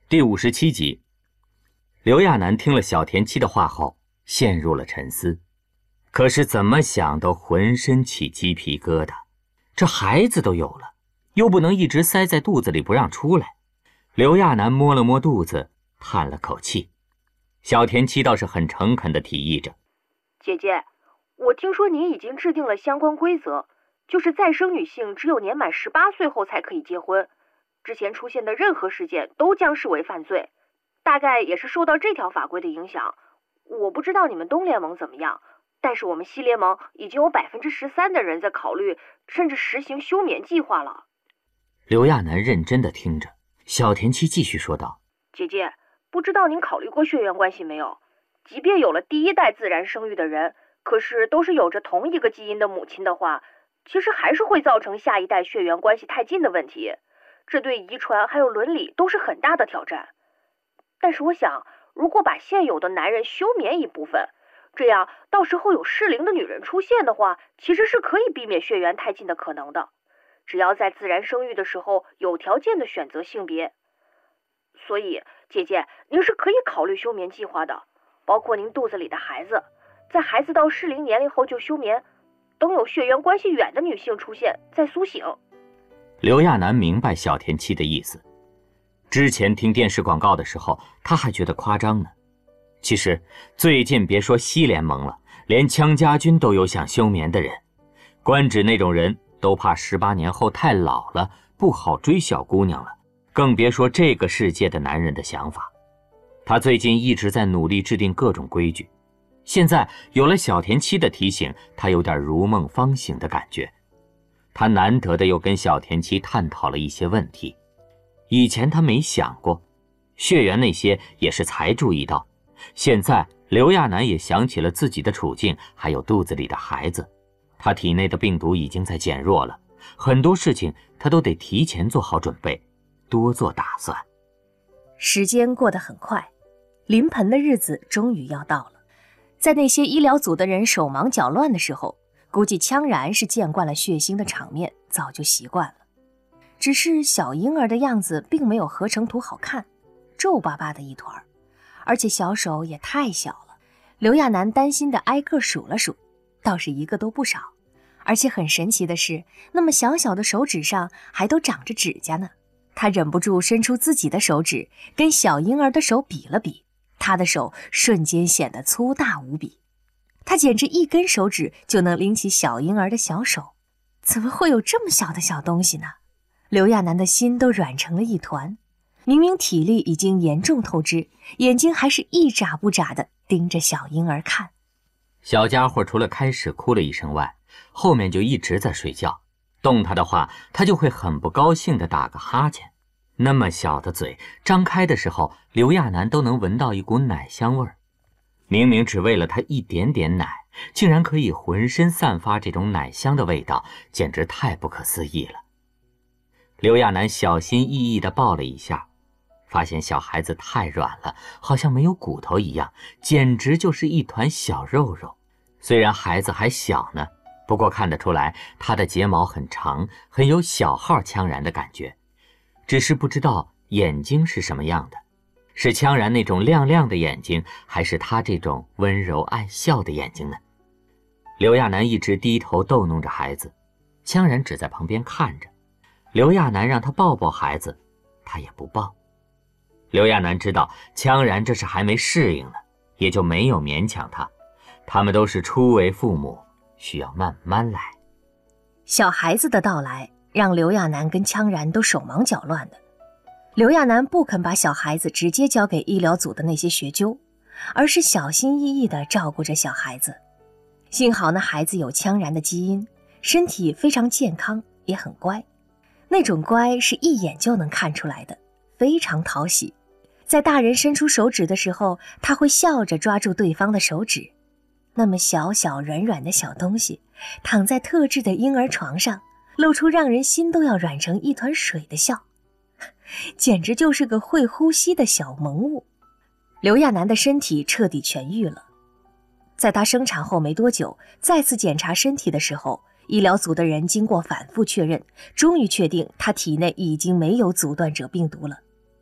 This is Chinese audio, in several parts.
第57集，刘亚楠听了小田七的话后，陷入了沉思。可是怎么想都浑身起鸡皮疙瘩。这孩子都有了，又不能一直塞在肚子里不让出来。刘亚楠摸了摸肚子，叹了口气。小田七倒是很诚恳地提议着：“ 姐姐，我听说您已经制定了相关规则，就是再生女性只有年满18岁后才可以结婚。之前出现的任何事件都将视为犯罪，大概也是受到这条法规的影响。我不知道你们东联盟怎么样，但是我们西联盟已经有13%的人在考虑，甚至实行休眠计划了。” 刘亚楠认真地听着，小田七继续说道：“ 姐姐，不知道您考虑过血缘关系没有？即便有了第一代自然生育的人，可是都是有着同一个基因的母亲的话，其实还是会造成下一代血缘关系太近的问题。这对遗传还有伦理都是很大的挑战。但是我想，如果把现有的男人休眠一部分，这样到时候有适龄的女人出现的话，其实是可以避免血缘太近的可能的。只要在自然生育的时候有条件的选择性别。所以姐姐，您是可以考虑休眠计划的，包括您肚子里的孩子，在孩子到适龄年龄后就休眠，等有血缘关系远的女性出现再苏醒。” 刘亚楠明白小田七的意思。之前听电视广告的时候，他还觉得夸张呢。其实最近别说西联盟了，连羌家军都有想休眠的人。官职那种人都怕18年后太老了，不好追小姑娘了，更别说这个世界的男人的想法。他最近一直在努力制定各种规矩，现在有了小田七的提醒，他有点如梦方醒的感觉。他难得的又跟小田七探讨了一些问题，以前他没想过，血缘那些也是才注意到。现在刘亚楠也想起了自己的处境，还有肚子里的孩子，他体内的病毒已经在减弱了，很多事情他都得提前做好准备，多做打算。 时间过得很快，临盆的日子终于要到了。在那些医疗组的人手忙脚乱的时候，估计羌然是见惯了血腥的场面，早就习惯了。只是小婴儿的样子并没有合成图好看，皱巴巴的一团，而且小手也太小了。刘亚楠担心的挨个数了数，倒是一个都不少。而且很神奇的是，那么小小的手指上还都长着指甲呢。他忍不住伸出自己的手指，跟小婴儿的手比了比，他的手瞬间显得粗大无比。他简直一根手指就能拎起小婴儿的小手，怎么会有这么小的小东西呢？刘亚楠的心都软成了一团，明明体力已经严重透支，眼睛还是一眨不眨地盯着小婴儿看。 小家伙除了开始哭了一声外，后面就一直在睡觉，动他的话，他就会很不高兴地打个哈欠。那么小的嘴张开的时候，刘亚楠都能闻到一股奶香味儿。明明只喂了他一点点奶，竟然可以浑身散发这种奶香的味道，简直太不可思议了。刘亚楠小心翼翼地抱了一下，发现小孩子太软了，好像没有骨头一样，简直就是一团小肉肉。虽然孩子还小呢，不过看得出来他的睫毛很长，很有小号羌然的感觉。只是不知道眼睛是什么样的，是羌然那种亮亮的眼睛，还是他这种温柔爱笑的眼睛呢？刘亚楠一直低头逗弄着孩子，羌然只在旁边看着。刘亚楠让他抱抱孩子，他也不抱。刘亚楠知道羌然这是还没适应呢，也就没有勉强他。他们都是初为父母，需要慢慢来。 小孩子的到来让刘亚楠跟羌然都手忙脚乱的。刘亚楠不肯把小孩子直接交给医疗组的那些学究，而是小心翼翼地照顾着小孩子。幸好那孩子有羌然的基因，身体非常健康，也很乖。那种乖是一眼就能看出来的，非常讨喜。在大人伸出手指的时候，他会笑着抓住对方的手指。那么小小软软的小东西，躺在特制的婴儿床上，露出让人心都要软成一团水的笑，简直就是个会呼吸的小萌物。刘亚楠的身体彻底痊愈了。在她生产后没多久，再次检查身体的时候，医疗组的人经过反复确认，终于确定她体内已经没有阻断者病毒了。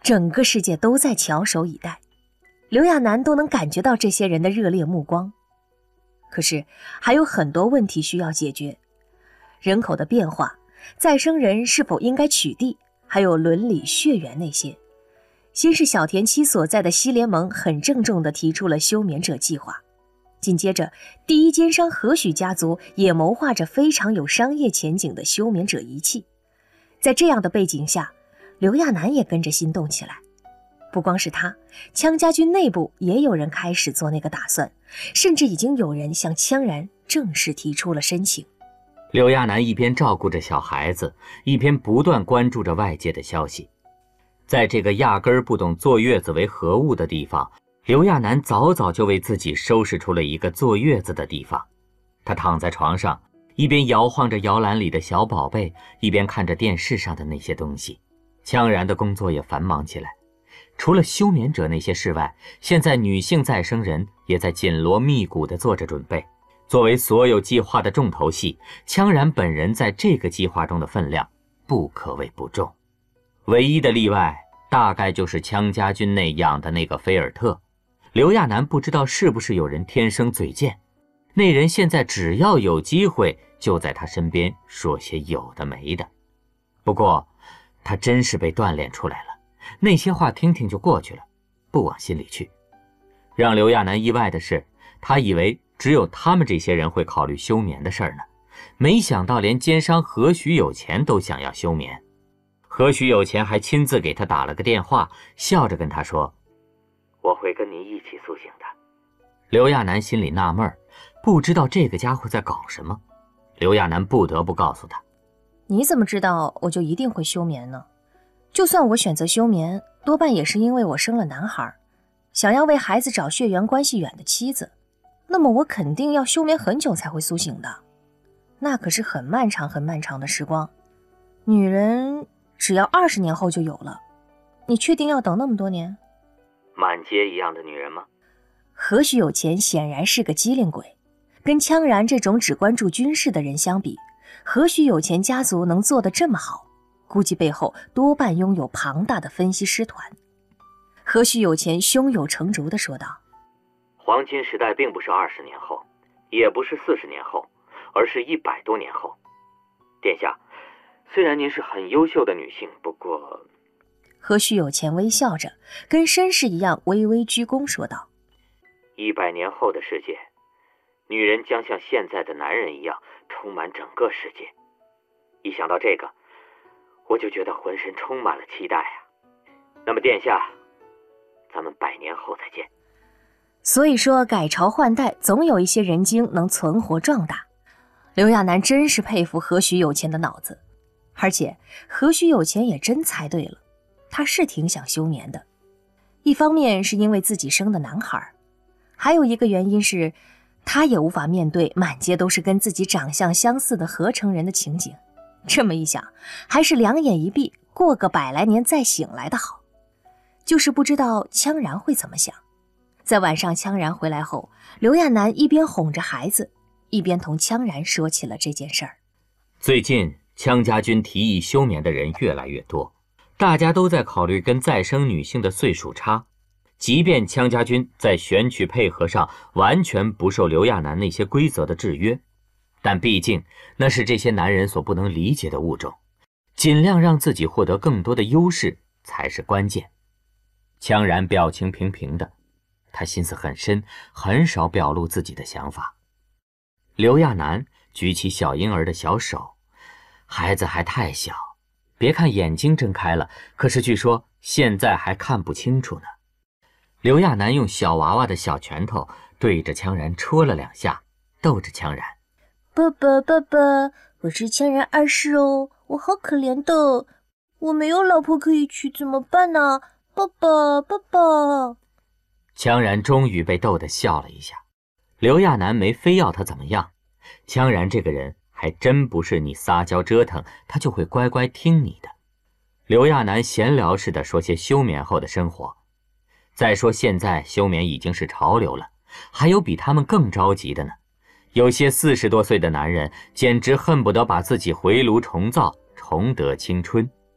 整个世界都在翘首以待，刘亚楠都能感觉到这些人的热烈目光。可是还有很多问题需要解决，人口的变化，再生人是否应该取缔，还有伦理血缘那些。先是小田七所在的西联盟很郑重地提出了休眠者计划，紧接着第一奸商何许家族也谋划着非常有商业前景的休眠者仪器。在这样的背景下，刘亚楠也跟着心动起来。不光是他，羌家军内部也有人开始做那个打算，甚至已经有人向羌然正式提出了申请。 刘亚楠一边照顾着小孩子，一边不断关注着外界的消息。在这个压根儿不懂坐月子为何物的地方，刘亚楠早早就为自己收拾出了一个坐月子的地方。他躺在床上，一边摇晃着摇篮里的小宝贝，一边看着电视上的那些东西。羌然的工作也繁忙起来，除了休眠者那些事外，现在女性再生人也在紧锣密鼓地做着准备。作为所有计划的重头戏，羌然本人在这个计划中的分量不可谓不重。唯一的例外大概就是羌家军内养的那个菲尔特。刘亚楠不知道是不是有人天生嘴贱，那人现在只要有机会就在他身边说些有的没的。不过他真是被锻炼出来了，那些话听听就过去了，不往心里去。让刘亚楠意外的是，他以为只有他们这些人会考虑休眠的事儿呢，没想到连奸商何许有钱都想要休眠。何许有钱还亲自给他打了个电话，笑着跟他说：“我会跟你一起苏醒的。”刘亚楠心里纳闷，不知道这个家伙在搞什么。刘亚楠不得不告诉他：“ 你怎么知道我就一定会休眠呢？就算我选择休眠，多半也是因为我生了男孩，想要为孩子找血缘关系远的妻子，那么我肯定要休眠很久才会苏醒的，那可是很漫长很漫长的时光。女人只要20年后就有了，你确定要等那么多年？” 满街一样的女人吗？ 何许有钱显然是个机灵鬼，跟羌然这种只关注军事的人相比，何许有钱家族能做得这么好，估计背后多半拥有庞大的分析师团。何许有钱胸有成竹地说道：“ 黄金时代并不是20年后，也不是40年后，而是100多年后。殿下，虽然您是很优秀的女性，不过……” 何许有钱微笑着，跟绅士一样微微鞠躬说道 ：“100年后的世界，女人将像现在的男人一样充满整个世界。一想到这个，我就觉得浑身充满了期待啊。那么殿下，咱们100年后再见。” 所以说改朝换代，总有一些人精能存活壮大。刘亚楠真是佩服何许有钱的脑子，而且何许有钱也真猜对了，他是挺想休眠的。一方面是因为自己生的男孩，还有一个原因是他也无法面对满街都是跟自己长相相似的合成人的情景。这么一想，还是两眼一闭，过个100来年再醒来的好。就是不知道羌然会怎么想。在晚上羌然回来后，刘亚楠一边哄着孩子，一边同羌然说起了这件事儿。 最近羌家军提议休眠的人越来越多，大家都在考虑跟再生女性的岁数差。即便羌家军在选取配合上完全不受刘亚楠那些规则的制约，但毕竟那是这些男人所不能理解的物种，尽量让自己获得更多的优势才是关键。羌然表情平平的，他心思很深，很少表露自己的想法。刘亚楠举起小婴儿的小手，孩子还太小，别看眼睛睁开了，可是据说现在还看不清楚呢。刘亚楠用小娃娃的小拳头对着羌然戳了2下，逗着羌然：“ 爸爸爸爸，我是羌然2世哦，我好可怜的，我没有老婆可以娶，怎么办呢？爸爸爸爸。” 羌然终于被逗得笑了一下。刘亚楠没非要他怎么样，羌然这个人还真不是你撒娇折腾他就会乖乖听你的。刘亚楠闲聊似的说些休眠后的生活。再说现在休眠已经是潮流了，还有比他们更着急的呢。有些40多岁的男人简直恨不得把自己回炉重造，重得青春。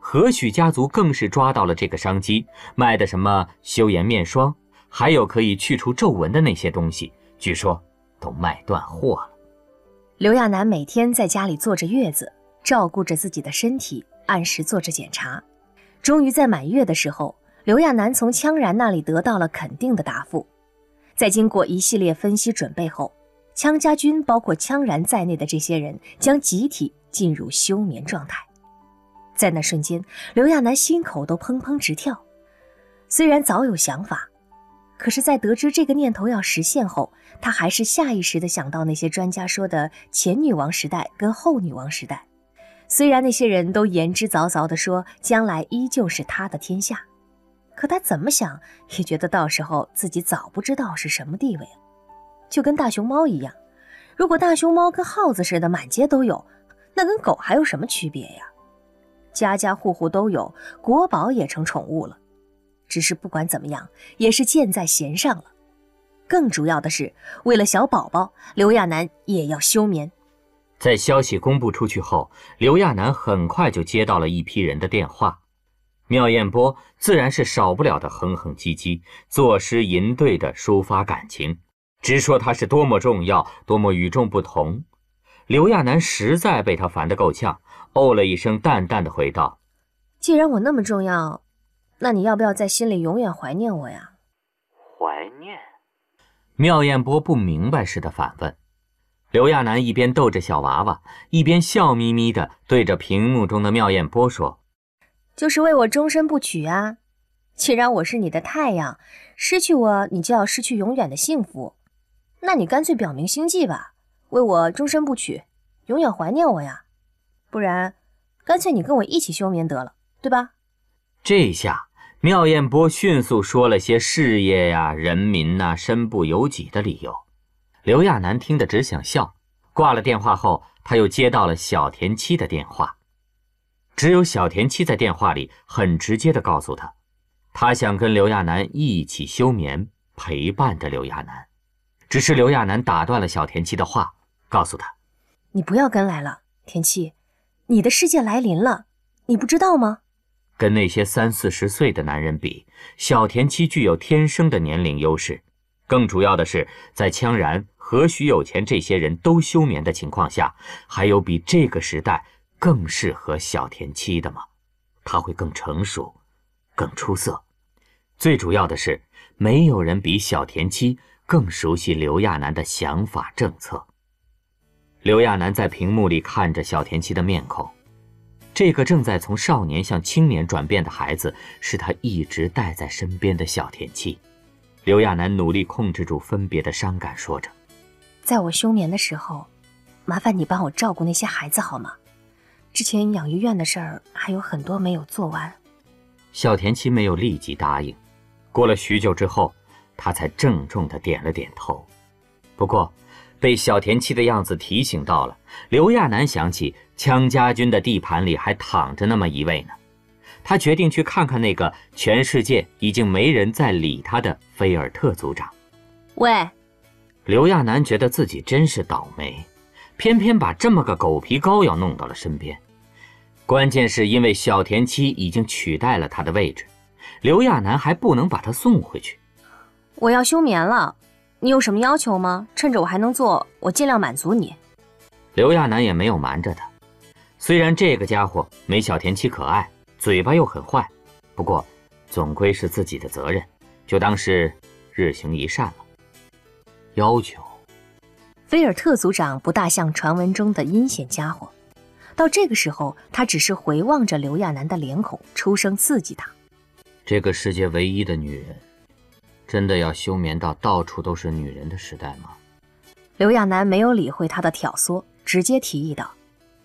何许家族更是抓到了这个商机，卖的什么修颜面霜，还有可以去除皱纹的那些东西，据说都卖断货了。 刘亚楠每天在家里坐着月子，照顾着自己的身体，按时做着检查。终于在满月的时候，刘亚楠从羌然那里得到了肯定的答复。在经过一系列分析准备后，羌家军包括羌然在内的这些人将集体进入休眠状态。在那瞬间，刘亚楠心口都砰砰直跳。虽然早有想法，可是在得知这个念头要实现后，他还是下意识地想到那些专家说的前女王时代跟后女王时代。虽然那些人都言之凿凿地说将来依旧是他的天下，可他怎么想也觉得到时候自己早不知道是什么地位了。就跟大熊猫一样，如果大熊猫跟耗子似的满街都有，那跟狗还有什么区别呀？家家户户都有，国宝也成宠物了。只是不管怎么样，也是箭在弦上了。更主要的是，为了小宝宝，刘亚楠也要休眠。 在消息公布出去后，刘亚楠很快就接到了一批人的电话。妙燕波自然是少不了的哼哼唧唧，作诗吟对的抒发感情，直说他是多么重要，多么与众不同。刘亚楠实在被他烦得够呛，哦了一声，淡淡的回道： 既然我那么重要，那你要不要在心里永远怀念我呀？ 怀念？妙燕波不明白似的反问。刘亚楠一边逗着小娃娃，一边笑眯眯地对着屏幕中的妙燕波说： 就是为我终身不娶啊！既然我是你的太阳，失去我你就要失去永远的幸福，那你干脆表明心迹吧，为我终身不娶，永远怀念我呀！不然，干脆你跟我一起休眠得了，对吧？ 这下妙燕波迅速说了些事业呀、人民呐、身不由己的理由。刘亚楠听得只想笑。挂了电话后，他又接到了小田七的电话。只有小田七在电话里很直接地告诉他，他想跟刘亚楠一起休眠，陪伴着刘亚楠。只是刘亚楠打断了小田七的话，告诉他： 你不要跟来了，田七，你的世界来临了，你不知道吗？ 跟那些30-40岁的男人比，小田七具有天生的年龄优势。更主要的是，在羌然、何许有钱这些人都休眠的情况下，还有比这个时代更适合小田七的吗？他会更成熟，更出色。最主要的是，没有人比小田七更熟悉刘亚楠的想法政策。刘亚楠在屏幕里看着小田七的面孔，这个正在从少年向青年转变的孩子，是他一直带在身边的小田七。刘亚楠努力控制住分别的伤感，说着： 在我休眠的时候，麻烦你帮我照顾那些孩子好吗？之前养鱼院的事儿还有很多没有做完。 小田七没有立即答应，过了许久之后，他才郑重地点了点头。不过被小田七的样子提醒到了，刘亚楠想起羌家军的地盘里还躺着那么一位呢。他决定去看看那个全世界已经没人再理他的菲尔特族长。 喂， 刘亚楠觉得自己真是倒霉，偏偏把这么个狗皮膏药弄到了身边。关键是因为小田七已经取代了他的位置，刘亚楠还不能把他送回去。 我要休眠了，你有什么要求吗？趁着我还能做，我尽量满足你。 刘亚楠也没有瞒着他，虽然这个家伙没小田七可爱，嘴巴又很坏，不过总归是自己的责任，就当是日行一善了。要求， 菲尔特族长不大像传闻中的阴险家伙，到这个时候，他只是回望着刘亚楠的脸孔，出声刺激他： 这个世界唯一的女人，真的要休眠到到处都是女人的时代吗？ 刘亚楠没有理会他的挑唆，直接提议道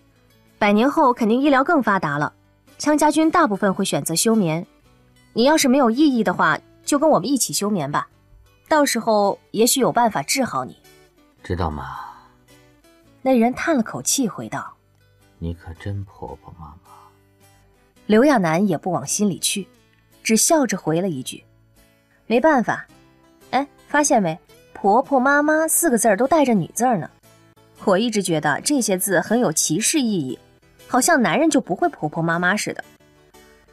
：100年后肯定医疗更发达了，羌家军大部分会选择休眠，你要是没有异议的话，就跟我们一起休眠吧，到时候也许有办法治好你。 知道吗？ 那人叹了口气回道： 你可真婆婆妈妈。 刘亚楠也不往心里去，只笑着回了一句：没办法。哎，发现没，婆婆妈妈4个字都带着女字呢。我一直觉得这些字很有歧视意义，好像男人就不会婆婆妈妈似的。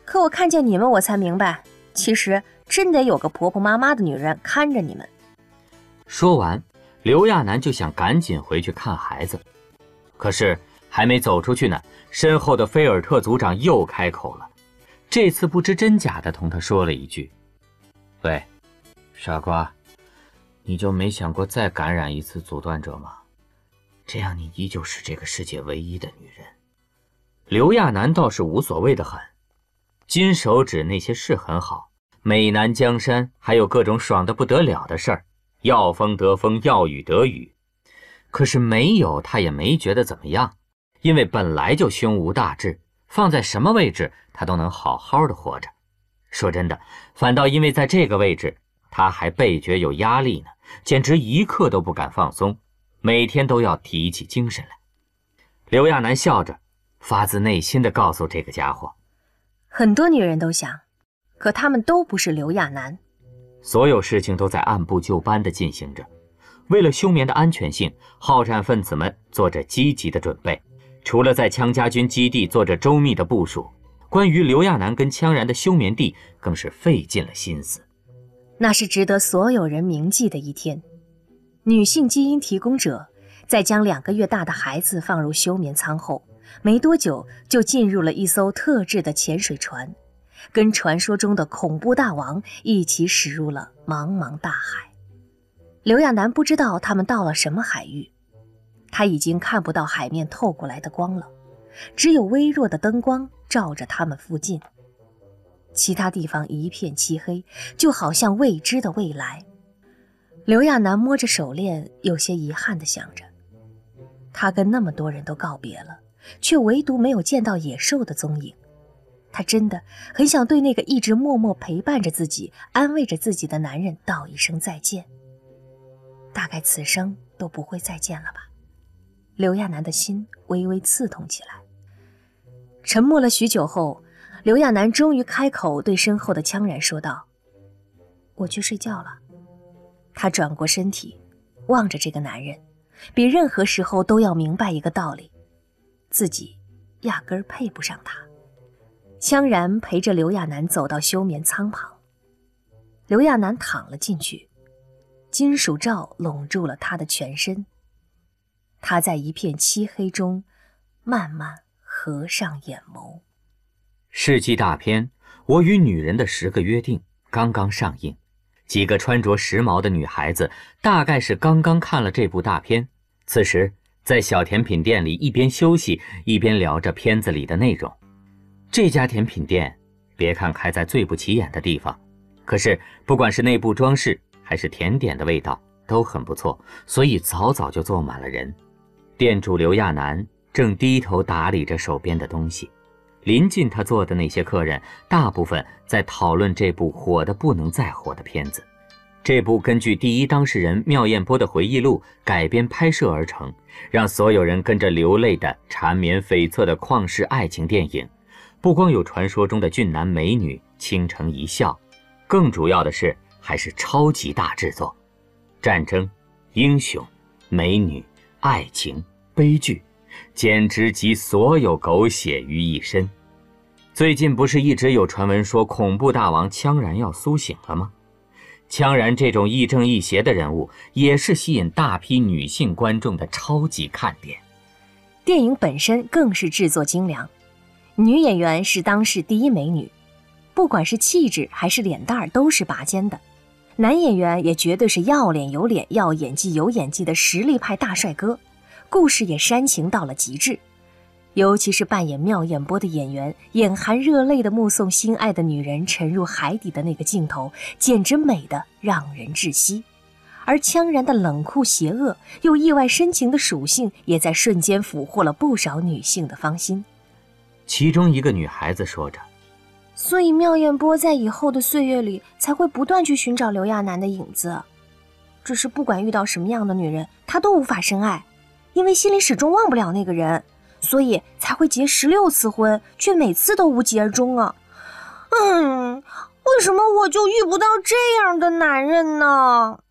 可我看见你们，我才明白，其实真得有个婆婆妈妈的女人看着你们。 说完，刘亚楠就想赶紧回去看孩子，可是还没走出去呢，身后的菲尔特组长又开口了，这次不知真假的同他说了一句：喂，傻瓜，你就没想过再感染一次阻断者吗？这样你依旧是这个世界唯一的女人。刘亚楠倒是无所谓的很，金手指那些是很好，美男江山，还有各种爽得不得了的事儿，要风得风，要雨得雨。可是没有他也没觉得怎么样，因为本来就胸无大志，放在什么位置他都能好好的活着。说真的，反倒因为在这个位置他还倍觉有压力呢，简直一刻都不敢放松，每天都要提起精神来。刘亚楠笑着，发自内心地告诉这个家伙， 很多女人都想，可她们都不是刘亚楠。 所有事情都在按部就班地进行着，为了休眠的安全性，好战分子们做着积极的准备，除了在羌家军基地做着周密的部署，关于刘亚楠跟羌然的休眠地更是费尽了心思。 那是值得所有人铭记的一天。女性基因提供者在将2个月大的孩子放入休眠舱后，没多久就进入了一艘特制的潜水船，跟传说中的恐怖大王一起驶入了茫茫大海。刘亚楠不知道他们到了什么海域，他已经看不到海面透过来的光了，只有微弱的灯光照着他们附近，其他地方一片漆黑，就好像未知的未来。刘亚楠摸着手链，有些遗憾地想着，他跟那么多人都告别了，却唯独没有见到野兽的踪影。他真的很想对那个一直默默陪伴着自己、安慰着自己的男人道一声再见。大概此生都不会再见了吧。刘亚楠的心微微刺痛起来。沉默了许久后，刘亚楠终于开口对身后的羌然说道：我去睡觉了。他转过身体，望着这个男人，比任何时候都要明白一个道理，自己压根儿配不上他。羌然陪着刘亚楠走到休眠舱旁，刘亚楠躺了进去，金属罩笼住了他的全身。他在一片漆黑中慢慢合上眼眸。 世纪大片《我与女人的10个约定》刚刚上映，几个穿着时髦的女孩子大概是刚刚看了这部大片，此时在小甜品店里一边休息一边聊着片子里的内容。这家甜品店别看开在最不起眼的地方，可是不管是内部装饰还是甜点的味道都很不错，所以早早就坐满了人。店主刘亚楠正低头打理着手边的东西，临近他坐的那些客人大部分在讨论这部火得不能再火的片子。这部根据第一当事人妙艳波的回忆录改编拍摄而成，让所有人跟着流泪的缠绵悱恻的旷世爱情电影，不光有传说中的俊男美女倾城一笑，更主要的是还是超级大制作，战争、英雄、美女、爱情、悲剧，简直集所有狗血于一身。最近不是一直有传闻说恐怖大王羌然要苏醒了吗？羌然这种亦正亦邪的人物也是吸引大批女性观众的超级看点。 电影本身更是制作精良，女演员是当世第一美女，不管是气质还是脸蛋都是拔尖的。男演员也绝对是要脸有脸，要演技有演技的实力派大帅哥，故事也煽情到了极致。尤其是扮演妙艳波的演员，眼含热泪的目送心爱的女人沉入海底的那个镜头，简直美得让人窒息。而羌然的冷酷邪恶又意外深情的属性，也在瞬间俘获了不少女性的芳心。 其中一个女孩子说着， 所以妙艳波在以后的岁月里才会不断去寻找刘亚楠的影子，只是不管遇到什么样的女人，他都无法深爱，因为心里始终忘不了那个人，所以才会结16次婚，却每次都无疾而终啊。为什么我就遇不到这样的男人呢？